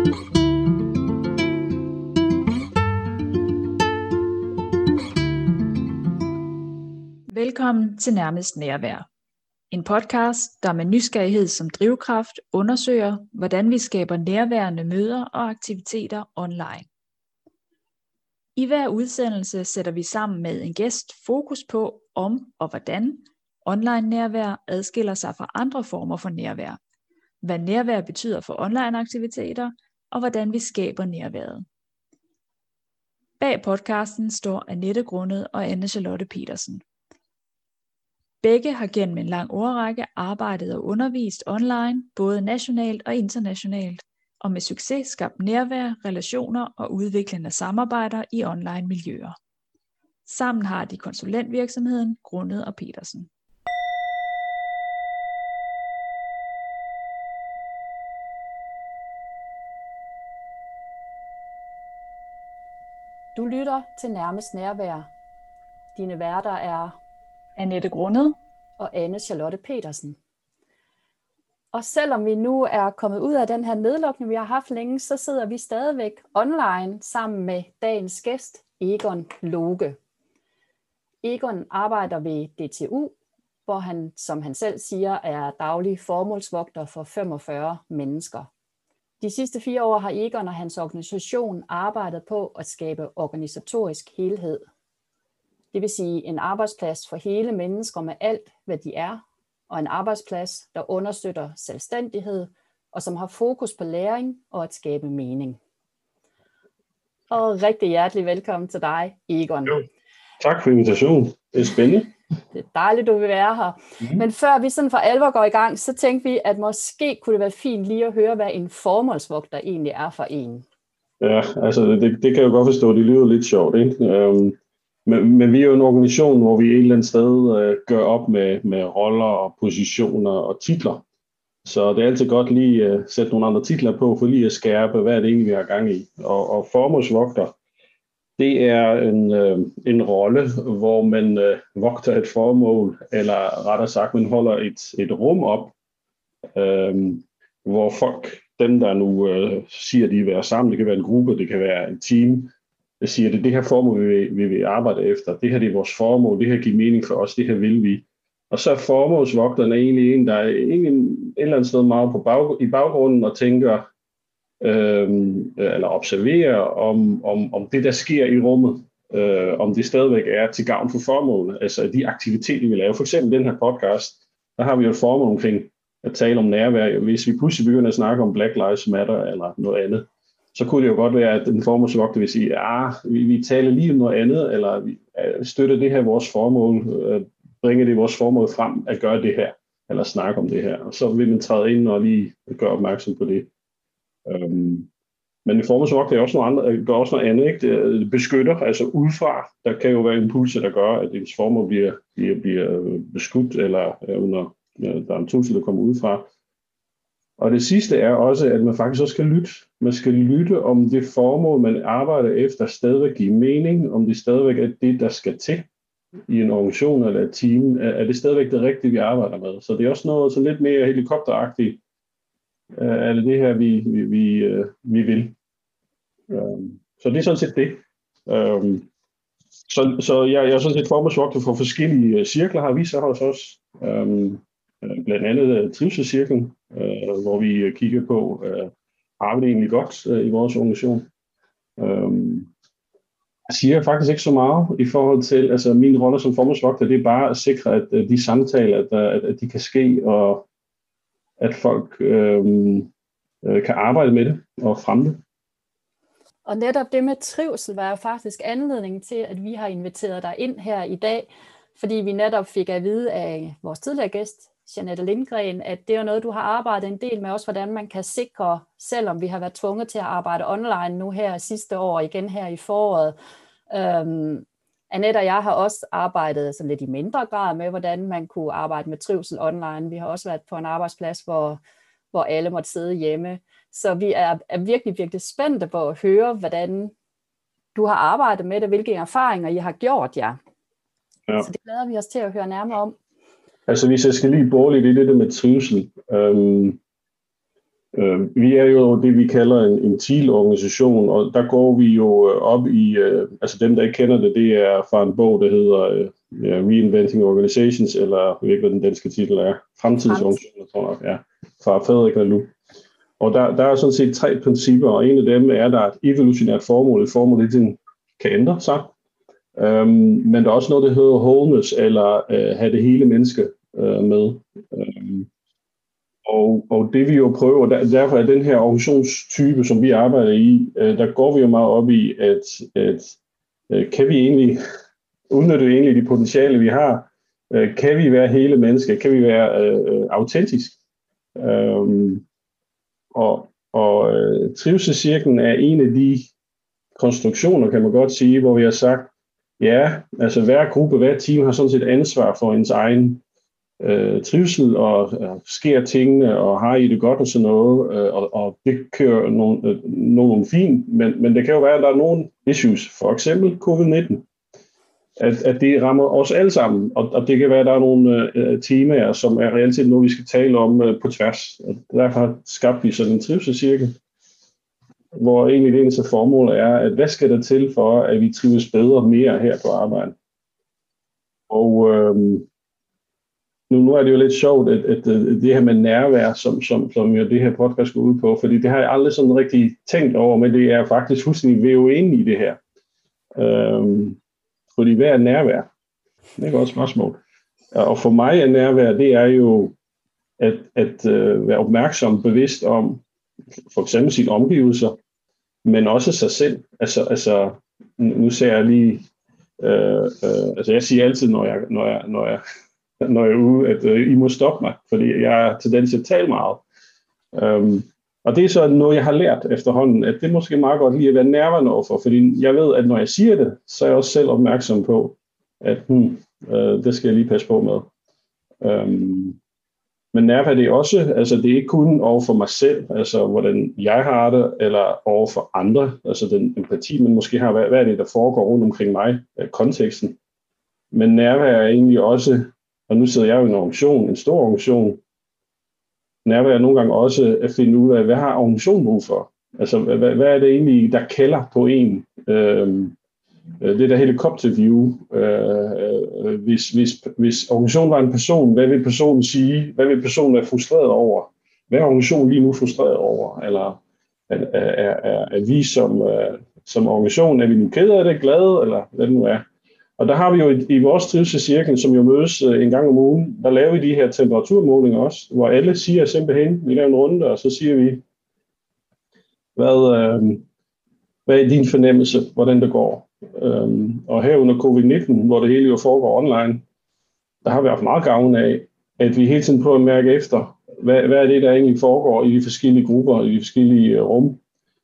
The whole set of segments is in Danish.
Velkommen til Nærmest Nærvær. En podcast, der med nysgerrighed som drivkraft undersøger, hvordan vi skaber nærværende møder og aktiviteter online. I hver udsendelse sætter vi sammen med en gæst fokus på, om og hvordan online nærvær adskiller sig fra andre former for nærvær, hvad nærvær betyder for online aktiviteter, og hvordan vi skaber nærværet. Bag podcasten står Annette Grundet og Anne-Charlotte Petersen. Begge har gennem en lang årrække arbejdet og undervist online, både nationalt og internationalt, og med succes skabt nærvær, relationer og udviklende samarbejder i online miljøer. Sammen har de konsulentvirksomheden Grundet og Petersen. Du lytter til Nærmest Nærvær. Dine værter er Annette Grundet og Anne-Charlotte Petersen. Og selvom vi nu er kommet ud af den her nedlukning, vi har haft længe, så sidder vi stadigvæk online sammen med dagens gæst, Egon Loge. Egon arbejder ved DTU, hvor han, som han selv siger, er daglig formålsvogter for 45 mennesker. De sidste 4 år har Egon og hans organisation arbejdet på at skabe organisatorisk helhed. Det vil sige en arbejdsplads for hele mennesker med alt, hvad de er, og en arbejdsplads, der understøtter selvstændighed, og som har fokus på læring og at skabe mening. Og rigtig hjertelig velkommen til dig, Egon. Jo. Tak for invitationen. Det er spændende. Det er dejligt, du vil være her. Men før vi sådan for alvor går i gang, så tænkte vi, at måske kunne det være fint lige at høre, hvad en formålsvogter egentlig er for en. Ja, altså det kan jeg jo godt forstå. Det lyder lidt sjovt, ikke? Men vi er jo en organisation, hvor vi et eller andet sted gør op med roller og positioner og titler. Så det er altid godt lige at sætte nogle andre titler på, for lige at skærpe, hvad er det egentlig, vi har gang i. Og formålsvogter, det er en rolle, hvor man vogter et formål, eller rettere sagt, man holder et rum op, hvor folk, dem der nu siger, de vil være sammen, det kan være en gruppe, det kan være en team, der siger, at det her formål, vi vil arbejde efter. Det her det er vores formål, det her giver mening for os, det her vil vi. Og så er formålsvogteren egentlig en, der er egentlig et eller andet sted meget i baggrunden og tænker, eller observerer, om det, der sker i rummet, om det stadigvæk er til gavn for formålet. Altså de aktiviteter, vi laver. For eksempel den her podcast, der har vi jo et formål omkring at tale om nærvær. Hvis vi pludselig begynder at snakke om Black Lives Matter eller noget andet, så kunne det jo godt være, at den formålsvogter vil sige, vi taler lige om noget andet, eller vi støtter det her vores formål, bringer det vores formål frem at gøre det her, eller snakke om det her. Og så vil man træde ind og lige gøre opmærksom på det. Men en formålsvogter er også noget andet, gør også noget andet, ikke? Det beskytter, altså udefra. Der kan jo være impulser, der gør, at ens formål bliver beskudt, eller der er en trussel, der kommer udefra. Og det sidste er også, at man faktisk også skal lytte. Man skal lytte, om det formål, man arbejder efter, stadigvæk giver mening, om det stadigvæk er det, der skal til i en organisation eller et team. Er det stadigvæk det rigtige, vi arbejder med? Så det er også noget så lidt mere helikopteragtigt. Er det her, vi vil? Så det er sådan set det. Så jeg er sådan set formålsvogter for forskellige cirkler, har vi så hos os. Blandt andet trivselscirklen, hvor vi kigger på, har vi det egentlig godt i vores organisation. Jeg siger faktisk ikke så meget i forhold til, altså min rolle som formålsvogter, det er bare at sikre, at de samtaler, at de kan ske, og at folk kan arbejde med det og fremme det. Og netop det med trivsel var jo faktisk anledningen til, at vi har inviteret dig ind her i dag, fordi vi netop fik at vide af vores tidligere gæst, Jeanette Lindgren, at det er noget, du har arbejdet en del med, også hvordan man kan sikre, selvom vi har været tvunget til at arbejde online nu her sidste år, igen her i foråret. Annette og jeg har også arbejdet sådan lidt i mindre grad med, hvordan man kunne arbejde med trivsel online. Vi har også været på en arbejdsplads, hvor alle måtte sidde hjemme. Så vi er virkelig, virkelig spændte på at høre, hvordan du har arbejdet med det, hvilke erfaringer I har gjort jer. Ja. Så det glæder vi os til at høre nærmere om. Altså hvis jeg skal lige bore lidt i det med trivsel. Vi er jo det, vi kalder en TEAL-organisation, og der går vi jo op i, altså dem, der ikke kender det, det er fra en bog, der hedder Reinventing Organizations, eller jeg ved ikke, hvad den danske titel er, Fremtidsorganisationer, tror jeg nok, ja, fra Frederik Laloux. Og der er sådan set 3 principper, og en af dem er, der er et evolutionært formål. Et formål, det kan ændre sig. Men der er også noget, der hedder wholeness, eller have det hele menneske med. Og det vi jo prøver, derfor er den her organisationstype, som vi arbejder i, der går vi jo meget op i, at kan vi egentlig udnytte de potentiale, vi har? Kan vi være hele mennesker? Kan vi være autentisk? Og trivselscirklen er en af de konstruktioner, kan man godt sige, hvor vi har sagt, ja, altså hver gruppe, hver team har sådan set ansvar for ens egen trivsel, og sker tingene, og har I det godt og sådan noget, og det kører nogen fint, men det kan jo være, at der er nogle issues, for eksempel COVID-19, at det rammer os alle sammen, og det kan være, at der er nogle temaer, som er reelt set noget, vi skal tale om på tværs. Og derfor skabte vi sådan en trivselscirkel, hvor egentlig det eneste formål er, at hvad skal der til for, at vi trives bedre mere her på arbejde. Og nu er det jo lidt sjovt, at det her med nærvær, som jo det her podcast går ud på, fordi det har jeg aldrig sådan rigtig tænkt over, men det er faktisk fuldstændig vævet ind i det her. Fordi hvad er nærvær? Det er et godt spørgsmål. Og for mig er nærvær, det er jo at være opmærksom, bevidst om for eksempel sine omgivelser, men også sig selv. Altså nu ser jeg lige, altså jeg siger altid, når jeg er ude, at I må stoppe mig, fordi jeg er tendens til at tale meget. Og det er så noget, jeg har lært efterhånden, at det er måske meget godt lige at være nærværende overfor, fordi jeg ved, at når jeg siger det, så er jeg også selv opmærksom på, at det skal jeg lige passe på med. Men nærvær det er også, altså det er ikke kun over for mig selv, altså hvordan jeg har det, eller over for andre, altså den empati, man måske har, hvad er det, der foregår rundt omkring mig, konteksten. Men nærvær er egentlig også, og nu sidder jeg jo i en organisation, en stor organisation, nærvær er nogle gange også at finde ud af, hvad har organisationen brug for? Altså, hvad er det egentlig, der kalder på en? Det der helikopterview. Hvis organisationen var en person, hvad vil personen sige? Hvad vil personen være frustreret over? Hvad er organisationen lige nu frustreret over? Eller er vi som organisation, er vi nu kede af det, glade, eller hvad det nu er? Og der har vi jo i vores trivselscirkel, som jo mødes en gang om ugen, der laver vi de her temperaturmålinger også, hvor alle siger simpelthen, vi laver en runde, og så siger vi, hvad er din fornemmelse, hvordan det går? Og her under covid-19, hvor det hele jo foregår online, der har vi haft meget gavn af, at vi hele tiden prøver at mærke efter, hvad er det, der egentlig foregår i de forskellige grupper, i de forskellige rum.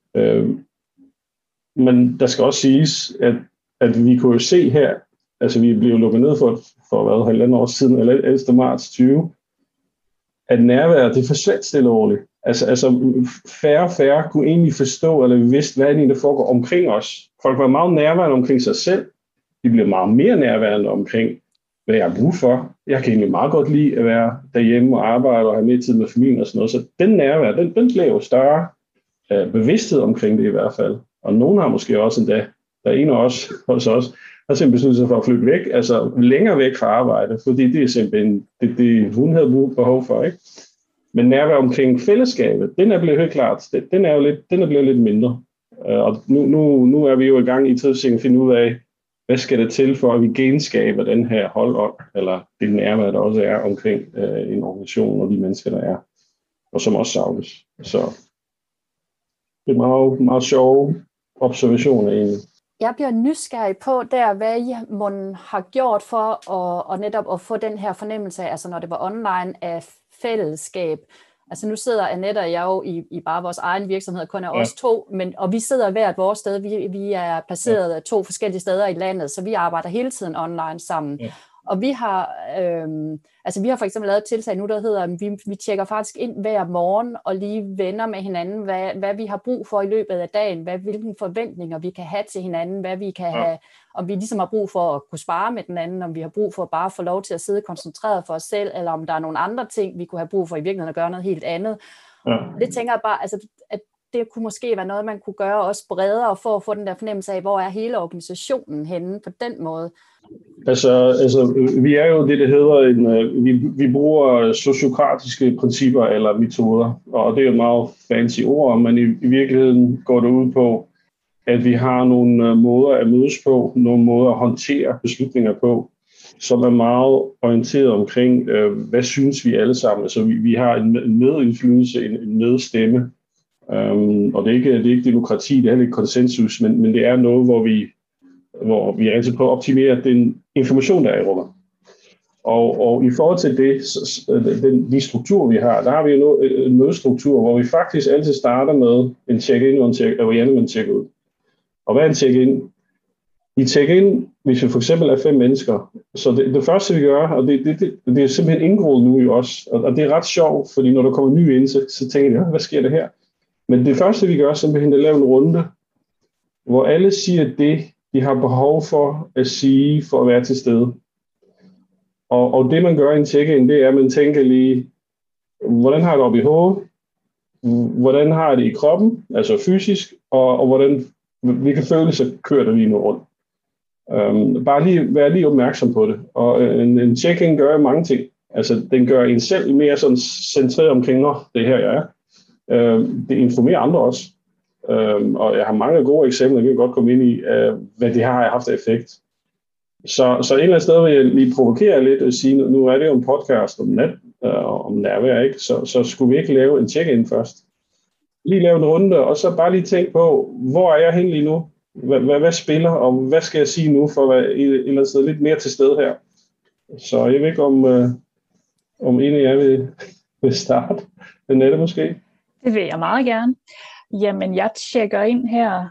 Men der skal også siges, at vi kunne jo se her, altså vi blev lukket ned for 1,5 år siden, eller 11. marts 20, at nærværet, det forsvandt stille og roligt. Altså færre kunne egentlig forstå, eller vi vidste, hvad er det, der foregår omkring os. Folk var meget nærværende omkring sig selv. De blev meget mere nærværende omkring, hvad jeg har brug for. Jeg kan egentlig meget godt lide at være derhjemme og arbejde og have mere tid med familien og sådan noget. Så den nærvær, den blev jo større bevidsthed omkring det i hvert fald. Og nogen har måske også endda, der er en af os hos os, har simpelthen besluttet sig for at flytte væk, altså længere væk fra arbejde, fordi det er simpelthen det hun havde behov for, ikke? Men nærvær omkring fællesskabet, den er blevet helt klart, den er blevet lidt mindre. Og nu er vi jo i gang i trivsel at finde ud af, hvad skal det til for, at vi genskaber den her holdånd, eller det nærvær, der også er omkring en organisation og de mennesker, der er, og som også savnes. Så det er meget, meget sjove observationer egentlig. Jeg bliver nysgerrig på der, hvad I har gjort for at netop at få den her fornemmelse af, altså når det var online, af fællesskab. Altså nu sidder Annette og jeg jo i bare vores egen virksomhed, kun er os to, og vi sidder hvert vores sted. Vi er placeret 2 forskellige steder i landet, så vi arbejder hele tiden online sammen. Ja. Og vi har for eksempel lavet et tiltag nu, der hedder, vi tjekker faktisk ind hver morgen og lige vender med hinanden, hvad vi har brug for i løbet af dagen, hvilke forventninger vi kan have til hinanden, hvad vi kan have, om vi ligesom har brug for at kunne spare med den anden, om vi har brug for bare at få lov til at sidde koncentreret for os selv, eller om der er nogle andre ting, vi kunne have brug for i virkeligheden at gøre noget helt andet. Ja. Det tænker jeg bare, altså, at det kunne måske være noget, man kunne gøre også bredere, for at få den der fornemmelse af, hvor er hele organisationen henne på den måde. Altså, vi er jo det hedder vi bruger sociokratiske principper eller metoder, og det er jo et meget fancy ord, men i virkeligheden går det ud på, at vi har nogle måder at mødes på, nogle måder at håndtere beslutninger på, som er meget orienteret omkring, hvad synes vi alle sammen. Altså, vi har en medindflydelse, en medstemme, og det er ikke demokrati, det er heller ikke konsensus, men det er noget, hvor vi altid prøver at optimere den information, der er i rummet. Og i forhold til det, de strukturer, vi har, der har vi jo en mødestruktur, hvor vi faktisk altid starter med en check-in og en check-ud. Og hvad er en check-in? I check-in, hvis vi for eksempel er 5 mennesker, så det første vi gør, og det er simpelthen indgroet nu i os, og det er ret sjovt, fordi når der kommer nye ind, så tænker de, hvad sker der her? Men det første vi gør, simpelthen at lave en runde, hvor alle siger det, de har behov for at sige, for at være til stede. Og det man gør i en check-in, det er, at man tænker lige, hvordan har jeg det oppe i hovedet? Hvordan har jeg det i kroppen, altså fysisk, og hvilke følelser kører der lige nu rundt? Bare være lige opmærksom på det. Og en check-in gør mange ting. Altså, den gør en selv mere sådan centreret omkring, det her jeg er. Det informerer andre også. Og jeg har mange gode eksempler, jeg kan godt komme ind i, hvad det har haft af effekt. Så et eller andet sted vil jeg lige provokere lidt og sige, nu er det jo en podcast om nærvær, ikke? Så skulle vi ikke lave en check-in først? Lige lave en runde, og så bare lige tænke på, hvor er jeg hen lige nu? Hvad spiller, og hvad skal jeg sige nu, for at være et eller andet sted lidt mere til stede her? Så jeg ved ikke, om en af jer vil starte. Annette måske? Det vil jeg meget gerne. Jamen, jeg tjekker ind her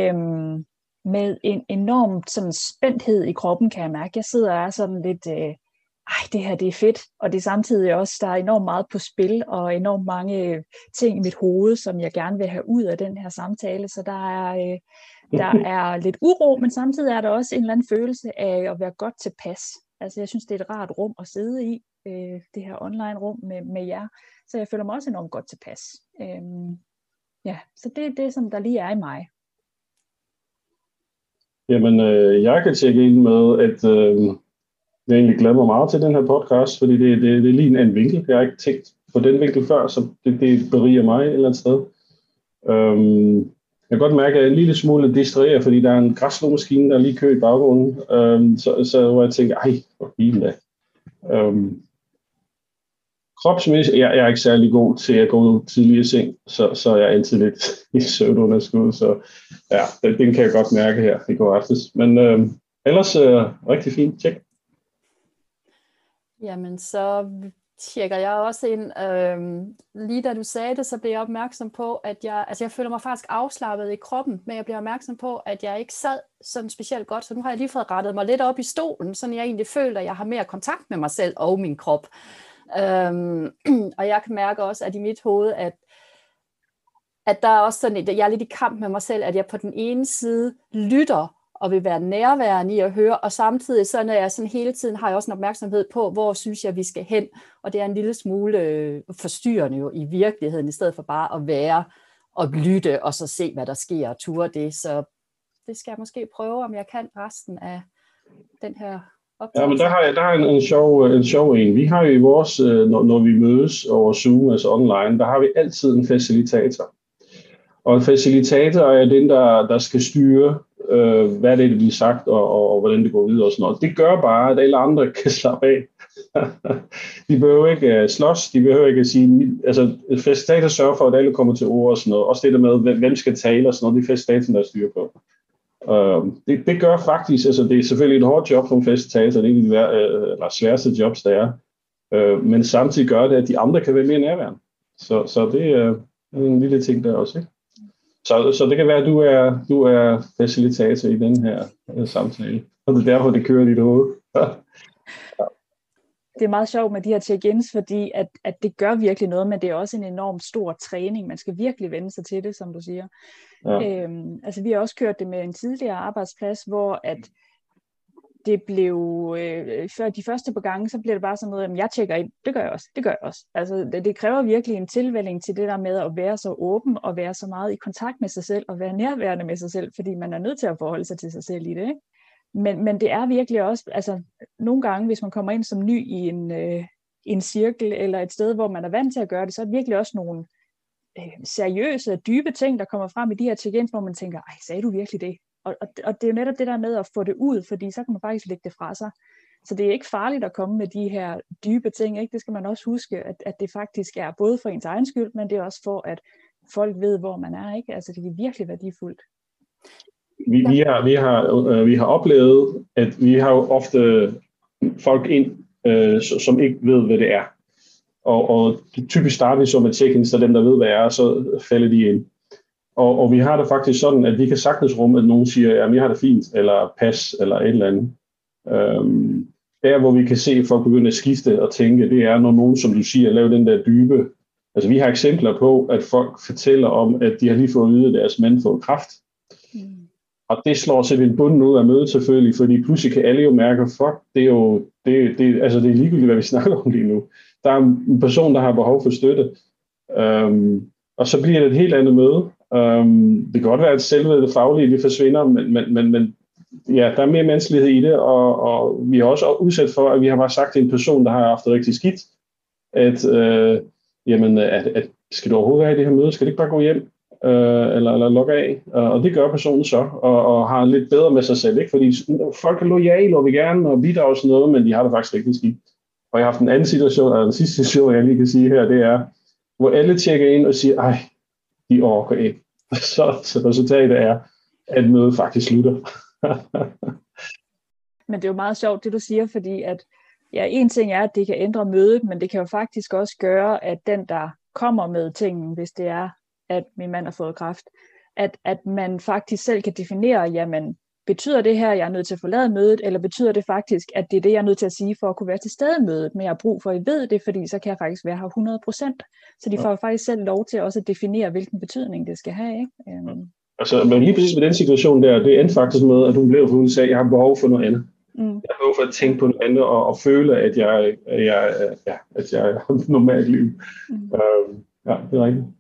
med en enorm sådan spændthed i kroppen, kan jeg mærke. Jeg sidder og er sådan lidt, det her det er fedt, og det er samtidig også, der er enormt meget på spil, og enormt mange ting i mit hoved, som jeg gerne vil have ud af den her samtale, så der er lidt uro, men samtidig er der også en eller anden følelse af at være godt tilpas. Altså, jeg synes, det er et rart rum at sidde i, det her online rum med jer, så jeg føler mig også enormt godt tilpas. Så det er det, som der lige er i mig. Jamen, jeg kan tjekke ind med, at jeg egentlig glæder mig meget til den her podcast, fordi det er lige en anden vinkel. Jeg har ikke tænkt på den vinkel før, så det beriger mig et eller andet sted. Jeg kan godt mærke, at jeg er en lille smule distraheret, fordi der er en græsslåmaskine, der er lige kø i baggrunden. Så hvor jeg tænker, hvor fint da. Kropsmæssigt, jeg er ikke særlig god til at gå tidligere i seng, så jeg er altid lidt i søvnunderskud, så ja, den kan jeg godt mærke her i går aftes. Men ellers rigtig fint, tjek. Jamen, så tjekker jeg også ind. Lige da du sagde det, så blev jeg opmærksom på, at jeg føler mig faktisk afslappet i kroppen, men jeg bliver opmærksom på, at jeg ikke sad sådan specielt godt, så nu har jeg lige fået rettet mig lidt op i stolen, så jeg egentlig føler, at jeg har mere kontakt med mig selv og min krop. Og jeg kan mærke også, at i mit hoved, at der er også sådan, at jeg er lidt i kamp med mig selv, at jeg på den ene side lytter og vil være nærværende i at høre, og samtidig så når jeg sådan hele tiden har jeg også en opmærksomhed på, hvor synes jeg, vi skal hen, og det er en lille smule forstyrrende jo i virkeligheden, i stedet for bare at være og lytte, og så se, hvad der sker og ture det, så det skal jeg måske prøve, om jeg kan resten af den her optagelse. Ja, men der har en sjov en. Vi har jo i vores, når vi mødes over Zoom, altså online, der har vi altid en facilitator. Og en facilitator er den, der skal styre, hvad det bliver sagt, og hvordan det går videre og sådan noget. Det gør bare, at alle andre kan slappe af. De behøver ikke slås, de behøver ikke at sige, altså facilitator sørger for, at alle kommer til ord og sådan noget. Også det der med, hvem skal tale og sådan noget, det er facilitatoren, der styrer på. Det gør faktisk, altså det er selvfølgelig et hårdt job som facilitator, det er en af de sværeste jobs, der er. Men samtidig gør det, at de andre kan være mere nærværende. Så det er en lille ting der også, ikke? Så det kan være, at du er facilitator i den her samtale, og det er derfor, det kører i dit hoved. Det er meget sjovt med de her check-ins, fordi at det gør virkelig noget, men det er også en enormt stor træning. Man skal virkelig vende sig til det, som du siger. Ja. Altså vi har også kørt det med en tidligere arbejdsplads, hvor at det blev, før de første par gange, så bliver det bare sådan noget, at jeg tjekker ind, det gør jeg også. Altså det kræver virkelig en tilvænning til det der med at være så åben, og være så meget i kontakt med sig selv, og være nærværende med sig selv, fordi man er nødt til at forholde sig til sig selv i det, ikke? Men det er virkelig også, altså nogle gange, hvis man kommer ind som ny i en cirkel, eller et sted, hvor man er vant til at gøre det, så er det virkelig også nogle seriøse, dybe ting, der kommer frem i de her check-ins, hvor man tænker, ej, sagde du virkelig det? Og det er jo netop det der med at få det ud, fordi så kan man faktisk lægge det fra sig. Så det er ikke farligt at komme med de her dybe ting, ikke? Det skal man også huske, at det faktisk er både for ens egen skyld, men det er også for, at folk ved, hvor man er, ikke? Altså det er virkelig værdifuldt. Vi har oplevet, at vi har jo ofte folk ind, som ikke ved, hvad det er. Og typisk starter vi så med check-ins, så dem, der ved, hvad det er, så falder de ind. Og vi har det faktisk sådan, at vi kan sagtens rumme, at nogen siger, jamen jeg har det fint, eller pas, eller et eller andet. Der, hvor vi kan se, at folk begynder at skifte og tænke, det er, når nogen, som du siger, laver den der dybe. Altså vi har eksempler på, at folk fortæller om, at de har lige fået at vide, at deres mand får kræft. Og det slår simpelthen bunden ud af mødet selvfølgelig, fordi pludselig kan alle jo mærke, fuck, det er jo, det er ligegyldigt, hvad vi snakker om lige nu. Der er en person, der har behov for støtte. Og så bliver det et helt andet møde. Det kan godt være, at selve det faglige, det forsvinder, men ja, der er mere menneskelighed i det, og vi har også udsat for, at vi har bare sagt til en person, der har haft det rigtig skidt, at skal du overhovedet være i det her møde, skal det ikke bare gå hjem, eller logge af, og det gør personen så, og har lidt bedre med sig selv, ikke? Fordi folk er loyale og vil gerne og bidrage og sådan noget, men de har det faktisk rigtig skidt. Og jeg har haft en anden situation, og den sidste situation, jeg lige kan sige her, det er, hvor alle tjekker ind og siger, ej, de orker ikke. Så resultatet er, at mødet faktisk slutter. Men det er jo meget sjovt, det du siger, fordi at ja, en ting er, at det kan ændre mødet, men det kan jo faktisk også gøre, at den, der kommer med tingen, hvis det er, at min mand har fået kræft, at man faktisk selv kan definere, jamen, betyder det her, at jeg er nødt til at forlade mødet, eller betyder det faktisk, at det er det, jeg er nødt til at sige, for at kunne være til stede i mødet, men jeg har brug for, at I ved det, fordi så kan jeg faktisk være her 100%. Så de får faktisk selv lov til også at definere, hvilken betydning det skal have, ikke? Altså, men lige præcis med den situation der, det endte faktisk med, at hun blev, for hun sagde, at jeg har behov for noget andet. Jeg har behov for at tænke på noget andet, og føle, at jeg har normalt liv. Ja, det er rigtigt.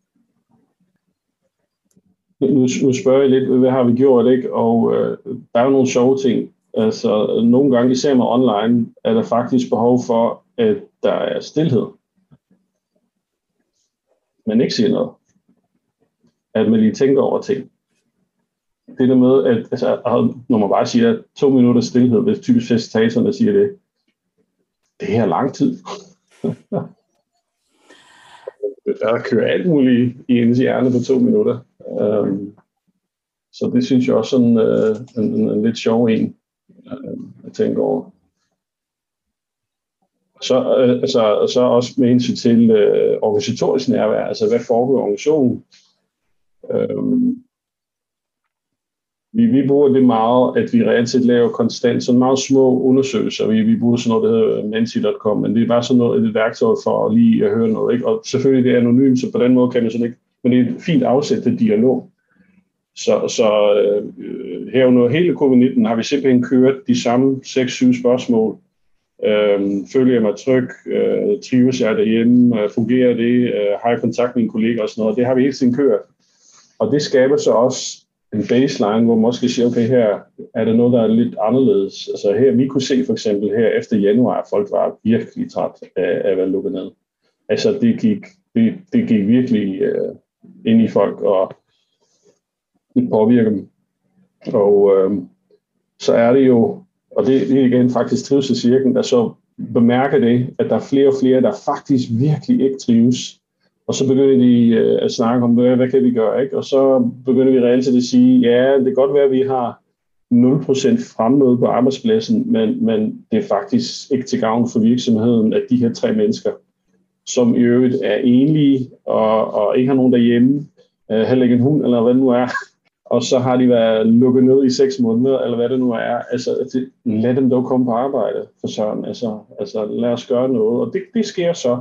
Nu spørger jeg lidt, hvad har vi gjort, ikke? Og der er jo nogle sjove ting. Altså, nogle gange, især med online, er der faktisk behov for, at der er stilhed. Man ikke siger noget. At man lige tænker over ting. Det der med, at altså, når man bare siger 2 minutter stilhed, hvis typisk facilitatorerne siger det, det her er lang tid. Der kører alt muligt i ens hjerne på 2 minutter. Så det synes jeg også er en lidt sjov en at tænke over. Så også med hensyn til organisatorisk nærvær, altså hvad foregår i organisationen. Vi bruger det meget, at vi reelt set laver konstant sådan meget små undersøgelser. Vi bruger sådan noget, der hedder Menti.com, men det er bare sådan noget, et værktøj for lige at høre noget, ikke? Og selvfølgelig det er anonymt, så på den måde kan man sådan ikke, men det er et fint afsæt til dialog. Så her under hele covid-19 har vi simpelthen kørt de samme 6-7 spørgsmål. Føler jeg mig tryg? Trives jeg derhjemme? Fungerer det? Har jeg kontakt med mine kolleger og sådan noget? Det har vi hele tiden kørt. Og det skaber så også en baseline, hvor man måske siger, okay, her er der noget, der er lidt anderledes. Altså her, vi kunne se for eksempel her efter januar, at folk var virkelig træt af at være lukket ned. Altså det gik virkelig ind i folk, og det påvirker dem. Og så er det jo, og det er igen faktisk trivselscirklen, der så bemærker det, at der er flere og flere, der faktisk virkelig ikke trives. Og så begynder de at snakke om, hvad kan vi gøre, ikke? Og så begynder vi reelt til at sige, ja, det kan godt være, at vi har 0% fremmøde på arbejdspladsen, men det er faktisk ikke til gavn for virksomheden, at de her 3 mennesker, som i øvrigt er enlige og ikke har nogen derhjemme, heller ikke en hund, eller hvad det nu er, og så har de været lukket ned i 6 måneder, eller hvad det nu er. Altså, lad dem dog komme på arbejde for søren. Altså lad os gøre noget. Og det sker så.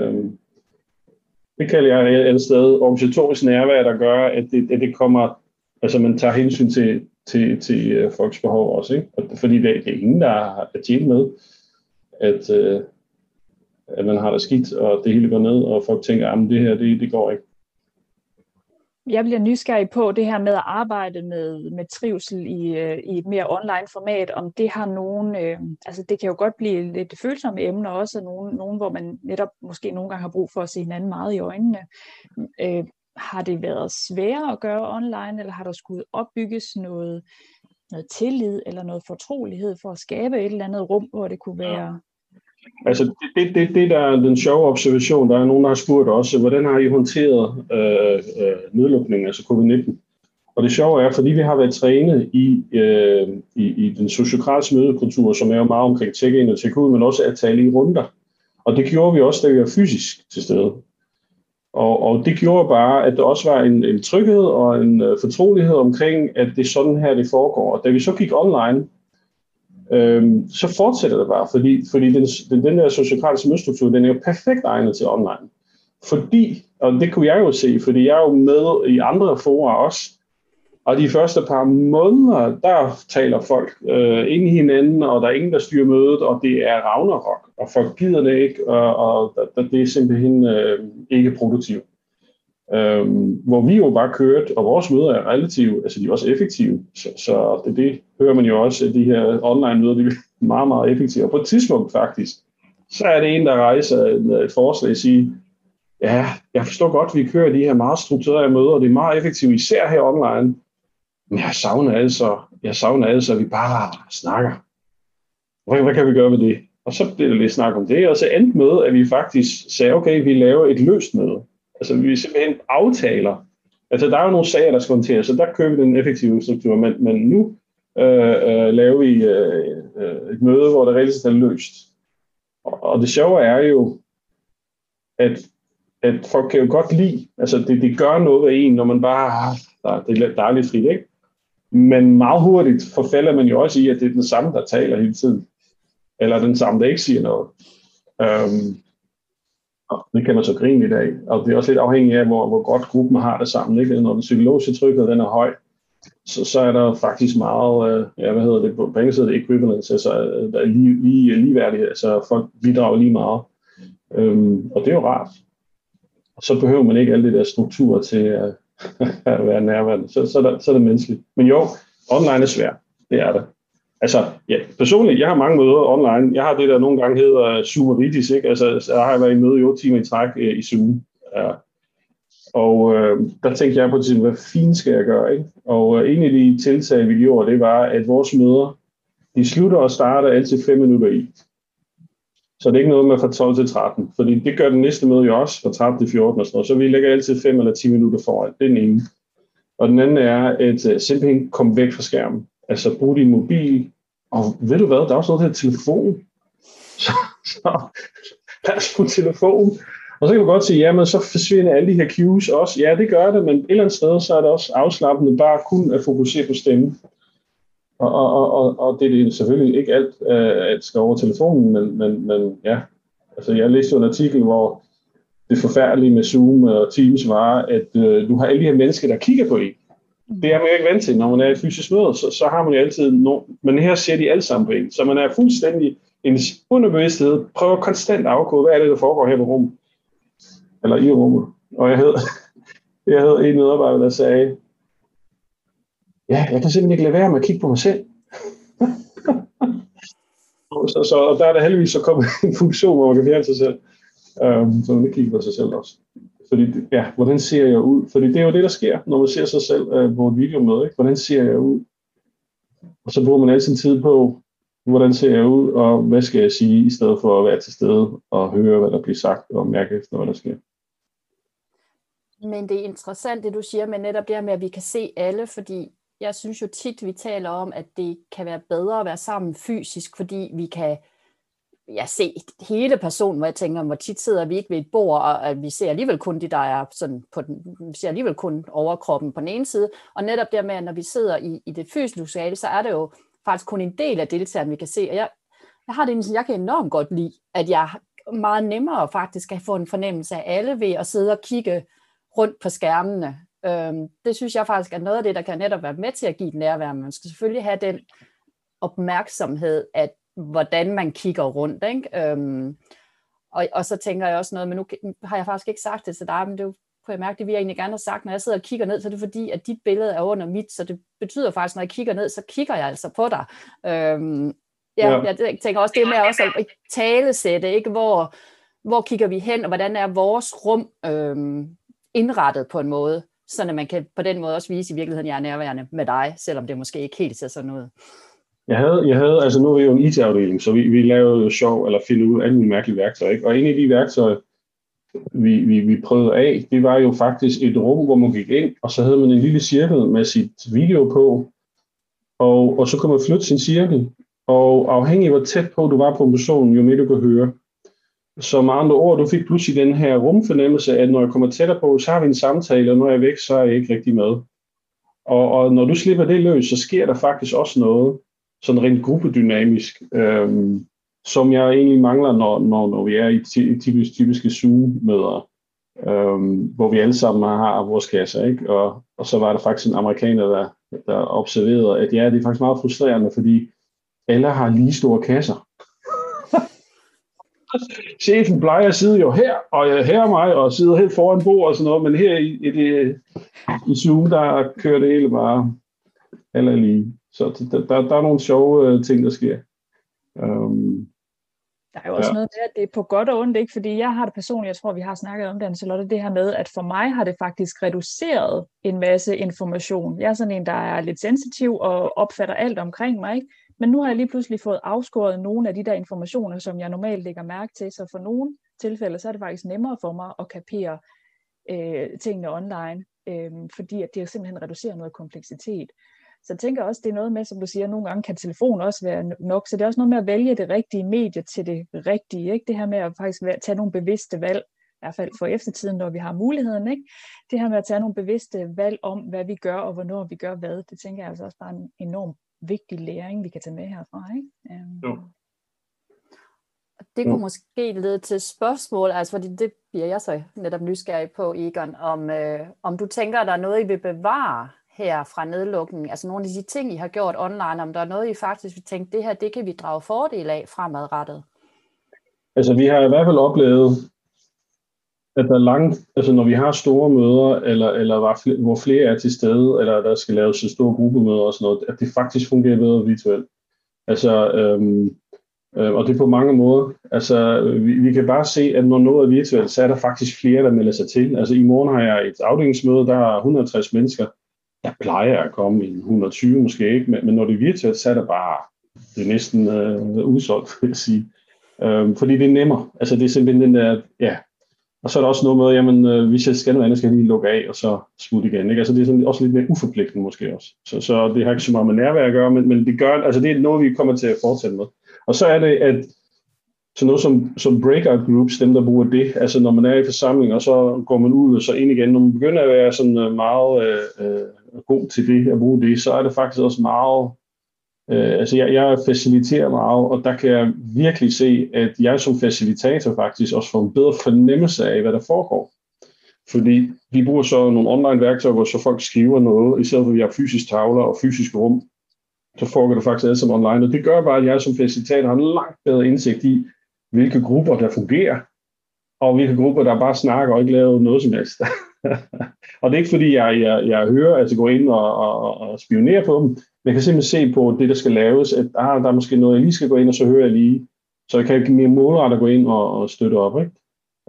Det kalder jeg et sted organisatorisk nærvær, der gør, at det kommer, altså man tager hensyn til folks behov også, ikke? Fordi det er ingen, der er tjent med, at man har det skidt, og det hele går ned, og folk tænker, at det her, det går ikke. Jeg bliver nysgerrig på det her med at arbejde med trivsel i et mere online format, om det har nogen, altså det kan jo godt blive lidt følsomme emner også, nogen hvor man netop måske nogle gange har brug for at se hinanden meget i øjnene. Har det været sværere at gøre online, eller har der skulle opbygges noget tillid eller noget fortrolighed for at skabe et eller andet rum, hvor det kunne være... Altså det der er den sjove observation, der er nogen, der har spurgt også, hvordan har I håndteret nedlukningen, altså covid-19? Og det sjove er, fordi vi har været trænet i den sociokratiske mødekultur, som er jo meget omkring tjekke-ind og tjekke-ud, men også at tale i runder. Og det gjorde vi også, da vi var fysisk til stede. Og det gjorde bare, at der også var en tryghed og en fortrolighed omkring, at det er sådan her, det foregår. Og da vi så gik online, så fortsætter det bare, fordi den der sociokratiske mødestruktur, den er jo perfekt egnet til online. Fordi, og det kunne jeg jo se, fordi jeg er jo med i andre fora også, og de første par måneder, der taler folk ind i hinanden, og der er ingen, der styrer mødet, og det er ragnarok, og folk gider det ikke, og det er simpelthen ikke produktivt. Hvor vi jo bare kørt, og vores møder er relativt, altså de er også effektive, så det hører man jo også, at de her online møder, de er meget, meget effektive. Og på et tidspunkt faktisk, så er det en, der rejser et forslag og siger, ja, jeg forstår godt, at vi kører de her meget strukturerede møder, og det er meget effektivt, især her online, men jeg savner altså, at vi bare snakker. Hvad kan vi gøre med det? Og så blev der lidt snak om det, og så endte med, at vi faktisk sagde, okay, vi laver et løst møde. Altså vi simpelthen aftaler. Altså der er jo nogle sager, der skal håndteres, så der kører vi den effektive struktur, men nu laver vi et møde, hvor det reelt er løst. Og det sjove er jo, at folk kan jo godt lide, altså det gør noget ved en, når man bare, det er dejligt frit, ikke? Men meget hurtigt forfælder man jo også i, at det er den samme, der taler hele tiden. Eller den samme, der ikke siger noget. Det kan man så grine i dag, og det er også lidt afhængigt af, hvor godt gruppen har det sammen. Ikke? Når den psykologiske tryghed den er høj, så er der faktisk meget, på engelsk hedder det equivalence, altså der er ligeværdighed, altså folk bidrager lige meget. Og det er jo rart. Og så behøver man ikke alle de der strukturer til at være nærværende. Så er det menneskeligt. Men jo, online er svært. Det er det. Altså, ja, personligt, jeg har mange møder online. Jeg har det, der nogle gange hedder Zoomeritis, ikke? Altså, jeg har været i møde i 8 timer i træk i Zoom. Ja. Og der tænkte jeg på tiden, hvad fint skal jeg gøre, ikke? Og en af de tiltag, vi gjorde, det var, at vores møder, de slutter og starter altid 5 minutter i. Så det er ikke noget med fra 12 til 13, fordi det gør den næste møde jo også, fra 13 til 14 og sådan noget. Så vi lægger altid 5 eller 10 minutter foran. Det er den ene. Og den anden er, at simpelthen komme væk fra skærmen. Altså brug din mobil. Og ved du hvad, der er også noget, der hedder telefon. Så lad os få telefon. Og så kan man godt sige, jamen så forsvinder alle de her cues også. Ja, det gør det, men et eller andet sted, så er det også afslappende bare kun at fokusere på stemmen. Og det er selvfølgelig ikke alt, at skal over telefonen, men ja. Altså jeg læste en artikel, hvor det forfærdelige med Zoom og Teams var, at du har alle de her mennesker, der kigger på en. Det er man ikke vant til, når man er i et fysisk møde, så har man jo altid men her ser de alle sammen på en. Så man er fuldstændig en underbevidsthed, prøver konstant at afkode, hvad er det, der foregår her på rummet. Eller i rummet. Og jeg havde en medarbejder, der sagde, ja, jeg kan simpelthen ikke lade være med at kigge på mig selv. så der er der heldigvis så kommet en funktion, hvor man kan fjerne sig selv. Så man kan kigge på sig selv også. Fordi, ja, hvordan ser jeg ud? Fordi det er jo det, der sker, når man ser sig selv på et videomøde. Ikke? Hvordan ser jeg ud? Og så bruger man altid tid på, hvordan ser jeg ud, og hvad skal jeg sige, i stedet for at være til stede og høre, hvad der bliver sagt, og mærke efter, hvad der sker. Men det er interessant, det du siger, med netop det her med, at vi kan se alle, fordi jeg synes jo tit, vi taler om, at det kan være bedre at være sammen fysisk, fordi vi kan se hele personen, hvor jeg tænker, hvor tit sidder vi ikke ved et bord, og at vi ser alligevel kun de, der er sådan på vi ser alligevel kun overkroppen på den ene side, og netop der med, at når vi sidder i det fysiske lokale, så er det jo faktisk kun en del af deltagerne, vi kan se, og jeg har det egentlig, jeg kan enormt godt lide, at jeg meget nemmere faktisk kan få en fornemmelse af alle ved at sidde og kigge rundt på skærmene, Det synes jeg faktisk er noget af det, der kan netop være med til at give et nærvær. Man skal selvfølgelig have den opmærksomhed, at hvordan man kigger rundt, ikke? Og så tænker jeg også noget, men nu har jeg faktisk ikke sagt det til dig, men det kunne jeg mærke, det vil jeg egentlig gerne have sagt, når jeg sidder og kigger ned, så er det fordi, at dit billede er under mit, så det betyder faktisk, når jeg kigger ned, så kigger jeg altså på dig. Jeg tænker også, det med også at talesætte, ikke? Hvor kigger vi hen, og hvordan er vores rum indrettet på en måde, så man kan på den måde også vise i virkeligheden, at jeg er nærværende med dig, selvom det måske ikke helt ser sådan ud. Jeg havde, altså nu er vi jo en IT-afdeling, så vi laver jo sjov, eller finder ud af alle mulige mærkelige værktøjer, ikke? Og en af de værktøjer, vi prøvede af, det var jo faktisk et rum, hvor man gik ind, og så havde man en lille cirkel med sit video på, og så kunne man flytte sin cirkel, og afhængig af hvor tæt på du var på personen, jo mere du kunne høre. Så med andre ord, du fik pludselig den her rumfornemmelse, at når jeg kommer tættere på, så har vi en samtale, og når jeg er væk, så er jeg ikke rigtig med. Og når du slipper det løs, så sker der faktisk også noget, sådan rent gruppedynamisk, som jeg egentlig mangler, når vi er i typiske Zoom-møder, hvor vi alle sammen har vores kasser, ikke? Og så var der faktisk en amerikaner, der observerede, at ja, det er faktisk meget frustrerende, fordi alle har lige store kasser. Chefen plejer at sidde jo her, og jeg her mig, og sidder helt foran bord og sådan noget, men her i Zoom, der kører det hele bare eller lige. Så der er nogle sjove ting, der sker. Der er jo også noget med, at det er på godt og ondt, ikke? Fordi jeg har det personligt, jeg tror, vi har snakket om det, Charlotte, det her med, at for mig har det faktisk reduceret en masse information. Jeg er sådan en, der er lidt sensitiv og opfatter alt omkring mig, ikke? Men nu har jeg lige pludselig fået afskåret nogle af de der informationer, som jeg normalt lægger mærke til, så for nogle tilfælde, så er det faktisk nemmere for mig at kapere tingene online, fordi at det simpelthen reducerer noget kompleksitet. Så jeg tænker også, det er noget med, som du siger, nogle gange kan telefon også være nok, så det er også noget med at vælge det rigtige medie til det rigtige, ikke? Det her med at faktisk tage nogle bevidste valg, i hvert fald for eftertiden, når vi har muligheden, ikke? Det her med at tage nogle bevidste valg om, hvad vi gør, og hvornår vi gør hvad, det tænker jeg altså også bare en enorm vigtig læring, vi kan tage med herfra, ikke? Det kunne måske lede til spørgsmål, altså fordi det bliver jeg så netop nysgerrig på, Egon, om du tænker, at der er noget, I vil bevare her fra nedlukningen, altså nogle af de ting, I har gjort online, om der er noget, I faktisk vil tænke, det her, det kan vi drage fordel af fremadrettet? Altså vi har i hvert fald oplevet, at der er langt, altså når vi har store møder, eller hvor flere er til stede, eller der skal laves så store gruppemøder og sådan noget, at det faktisk fungerer bedre virtuelt. Altså, og det er på mange måder. Altså, vi kan bare se, at når noget er virtuelt, så er der faktisk flere, der melder sig til. Altså i morgen har jeg et afdelingsmøde, der er 160 mennesker. Der plejer at komme i 120 måske ikke, men når det er virtuelt, så er der bare, det er næsten udsolgt, vil jeg sige. Fordi det er nemmere. Altså det er simpelthen den der, ja. Og så er der også noget med, jamen hvis jeg skal noget andet, skal jeg lige lukke af, og så smutte igen. Ikke? Altså det er sådan også lidt mere uforpligtende måske også. Så det har ikke så meget med nærvær at gøre, men det gør, altså det er noget, vi kommer til at fortsætte med. Og så er det, at så noget som breakout groups, dem der bruger det, altså når man er i forsamling, og så går man ud og så ind igen, når man begynder at være sådan meget god til det, at bruge det, så er det faktisk også meget, altså jeg faciliterer meget, og der kan jeg virkelig se, at jeg som facilitator faktisk også får en bedre fornemmelse af, hvad der foregår. Fordi vi bruger så nogle online værktøjer, hvor så folk skriver noget, i stedet for at vi har fysiske tavler og fysiske rum, så foregår det faktisk alt som online, og det gør bare, at jeg som facilitator har en langt bedre indsigt i, hvilke grupper der fungerer, og hvilke grupper der bare snakker og ikke laver noget som helst. Og det er ikke fordi, jeg hører, altså går ind og spionerer på dem, men jeg kan simpelthen se på det, der skal laves, at der er måske noget, jeg lige skal gå ind, og så hører jeg lige, så jeg kan mere målrettet gå ind og støtte op, ikke?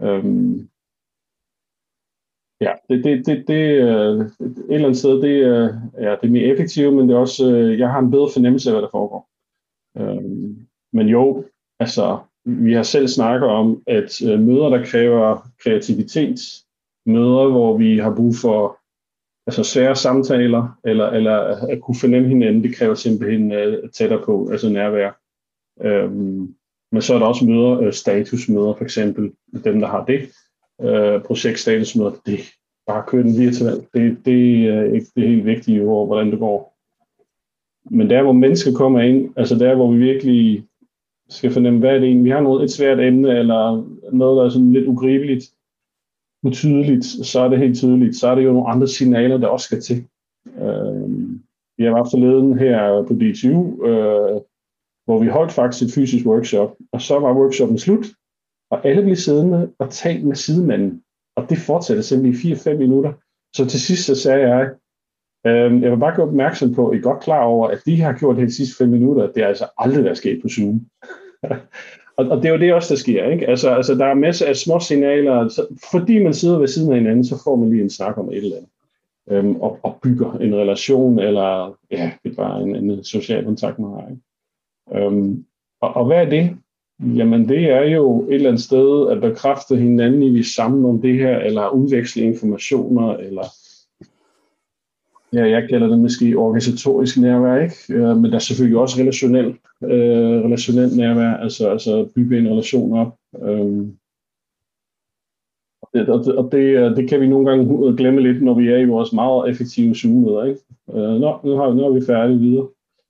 Ja, det et eller andet sted, det er mere effektivt, men det er også, jeg har en bedre fornemmelse af, hvad der foregår. Men jo, altså, vi har selv snakket om, at møder, der kræver kreativitet, møder, hvor vi har brug for altså svære samtaler, eller at kunne fornemme hinanden, det kræver simpelthen tættere på, altså nærvær. Men så er der også møder, statusmøder for eksempel, dem der har det, projektstatusmøder, det bare kører den virtuelt. Det er ikke det helt vigtige, hvordan det går. Men der, hvor mennesker kommer ind, altså der, hvor vi virkelig skal fornemme, hvad er det egentlig, vi har et svært emne, eller noget, der er sådan lidt ugribeligt, utydeligt, så er det helt tydeligt. Så er det jo nogle andre signaler, der også skal til. Jeg var forleden her på DTU, hvor vi holdt faktisk et fysisk workshop, og så var workshoppen slut, og alle blev siddende og talt med sidemanden. Og det fortsatte simpelthen i 4-5 minutter. Så til sidst så sagde jeg vil bare gøre opmærksom på, at I er godt klar over, at de har gjort det de sidste 5 minutter, det er altså aldrig været sket på Zoom. Og det er jo det også, der sker, ikke? Altså der er masser af små signaler, så, fordi man sidder ved siden af hinanden, så får man lige en snak om et eller andet. Og bygger en relation, eller ja, det er bare en social kontakt, man har, ikke? Og hvad er det? Jamen det er jo et eller andet sted at bekræfte hinanden i, vi er sammen om det her, eller udveksle informationer, eller ja, jeg kalder det måske organisatorisk nærvær, ikke? Men der er selvfølgelig også relationelt nærvær, altså bygge en relation op. Og det kan vi nogle gange glemme lidt, når vi er i vores meget effektive Zoom-møder, ikke? Nu er vi færdige videre.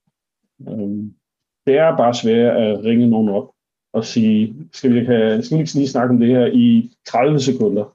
Det er bare svært at ringe nogen op og sige, skal vi ikke lige snakke om det her i 30 sekunder?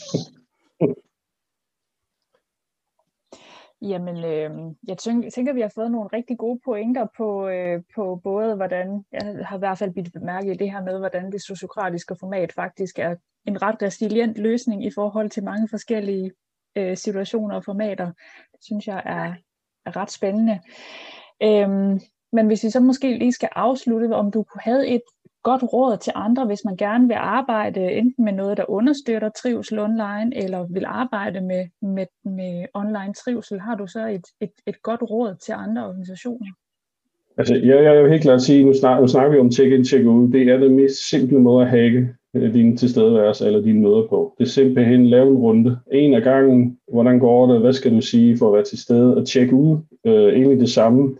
Jamen, jeg tænker, vi har fået nogle rigtig gode pointer på både, hvordan, jeg har i hvert fald blivet bemærket i det her med, hvordan det sociokratiske format faktisk er en ret resilient løsning i forhold til mange forskellige situationer og formater. Det synes jeg er ret spændende. Men hvis vi så måske lige skal afslutte, om du havde et godt råd til andre, hvis man gerne vil arbejde enten med noget, der understøtter trivsel online, eller vil arbejde med online trivsel, har du så et godt råd til andre organisationer? Altså, jeg vil helt klart sige, nu snakker vi om check-in, check-ud. Det er den mest simple måde at hacke dine tilstedeværelser eller dine møder på. Det er simpelthen lave en runde. En af gangen, hvordan går det, hvad skal du sige for at være til stede, og check ud, egentlig det samme.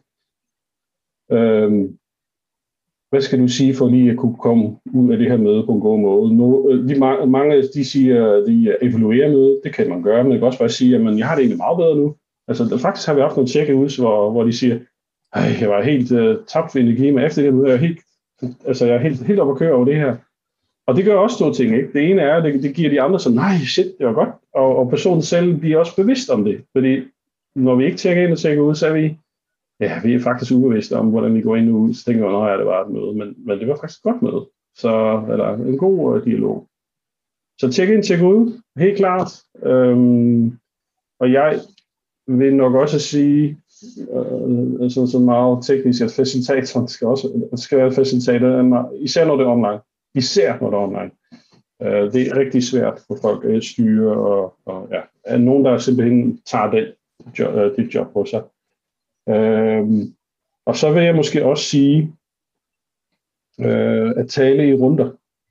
Hvad skal du sige for lige at kunne komme ud af det her møde på en god måde? Mange de siger, de evaluerer mødet. Det kan man gøre, men det kan også bare sige, at jeg har det egentlig meget bedre nu. Altså faktisk har vi haft nogle check-uds, hvor de siger, jeg var helt tabt for energi, men efter det møde jeg er helt oppe at køre over det her. Og det gør også to ting, ikke? Det ene er, at det giver de andre som, nej shit, det var godt. Og personen selv bliver også bevidst om det. Fordi når vi ikke tjekker ind og tjekker ud, så er vi er faktisk ubevidste om, hvordan vi går ind og ud. Så tænker jeg, det var et møde, men det var faktisk et godt møde. Eller en god dialog. Så tjek ind, tjek ud, helt klart. Og jeg vil nok også sige, så meget teknisk, at facilitatoren skal være facilitator, især når det er online. Det er rigtig svært for folk at styre, og er nogen, der simpelthen tager det job på sig. Og så vil jeg måske også sige, at tale i runder.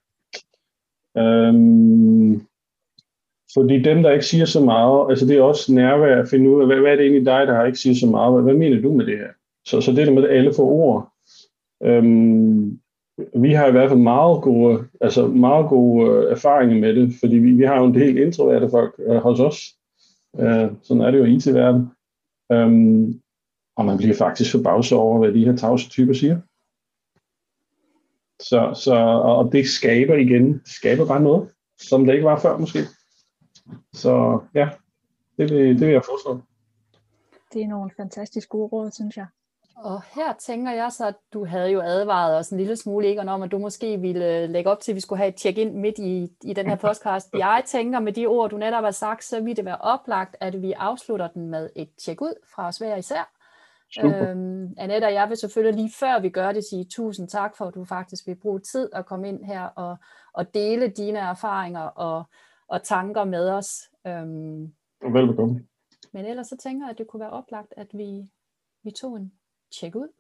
Fordi dem, der ikke siger så meget, altså det er også nærvær at finde ud af, hvad er det egentlig dig, der ikke siger så meget? Hvad mener du med det her? Så det der med, at alle får ord. Vi har i hvert fald meget gode erfaringer med det, fordi vi har jo en del introverte folk hos os. Sådan er det jo i IT-verden. Og man bliver faktisk forbavset over, hvad de her tavse typer siger. Og det skaber bare noget, som det ikke var før måske. Så ja, det vil jeg foreslå. Det er nogle fantastisk gode råd, synes jeg. Og her tænker jeg så, at du havde jo advaret os en lille smule, Egon, om at du måske ville lægge op til, at vi skulle have et check-in midt i den her podcast. Jeg tænker, med de ord, du netop har sagt, så vil det være oplagt, at vi afslutter den med et check-ud fra os hver især. Annette og jeg vil selvfølgelig lige før vi gør det sige tusind tak for, at du faktisk vil bruge tid at komme ind her og dele dine erfaringer og tanker med os. Velbekomme. Men ellers så tænker jeg, at det kunne være oplagt, at vi tog en check ud.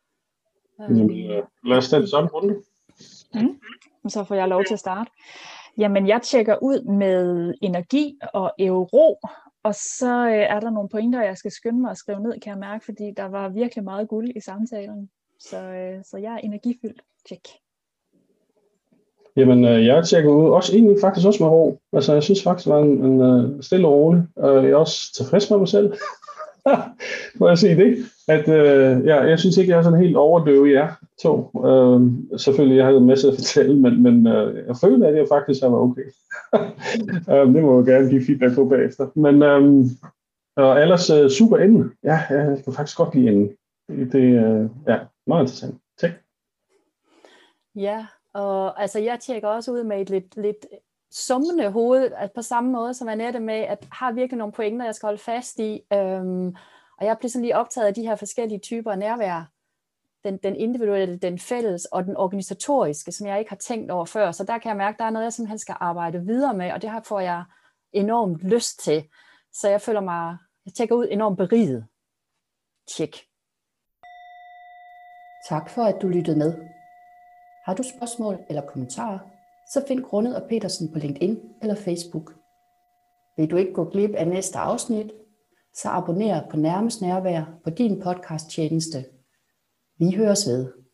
Lad os tage det samme runde. Så får jeg lov til at starte. Jamen, jeg tjekker ud med energi og euro, og så er der nogle pointer, jeg skal skynde mig at skrive ned, kan jeg mærke, fordi der var virkelig meget guld i samtalen. Så jeg er energifyldt. Check. Jamen, jeg tjekker ud, faktisk også med ro. Altså, jeg synes faktisk, det var en stille og rolig. Jeg er også tilfreds med mig selv. Må jeg sige det? At, jeg synes ikke, jeg er sådan helt overdøve jer to. Selvfølgelig, jeg havde en masse at fortælle, men jeg føler, at jeg faktisk var okay. Det må jeg gerne give feedback på bagefter. Men og ellers super ende. Ja, jeg kan faktisk godt lide enden. Det er meget interessant. Tak. Ja, og altså jeg tjekker også ud med et lidt summende hoved, at på samme måde som Annette med, at har virkelig nogle pointer, jeg skal holde fast i. Og jeg bliver sådan lige optaget af de her forskellige typer af nærvær. Den individuelle, den fælles og den organisatoriske, som jeg ikke har tænkt over før. Så der kan jeg mærke, at der er noget, jeg simpelthen skal arbejde videre med, og det her får jeg enormt lyst til. Så jeg føler mig, jeg tjekker ud enormt beriget. Tjek. Tak for, at du lyttede med. Har du spørgsmål eller kommentarer, så find Grundet og Petersen på LinkedIn eller Facebook. Vil du ikke gå glip af næste afsnit, så abonner på Nærmest Nærvær på din podcasttjeneste. Vi høres ved.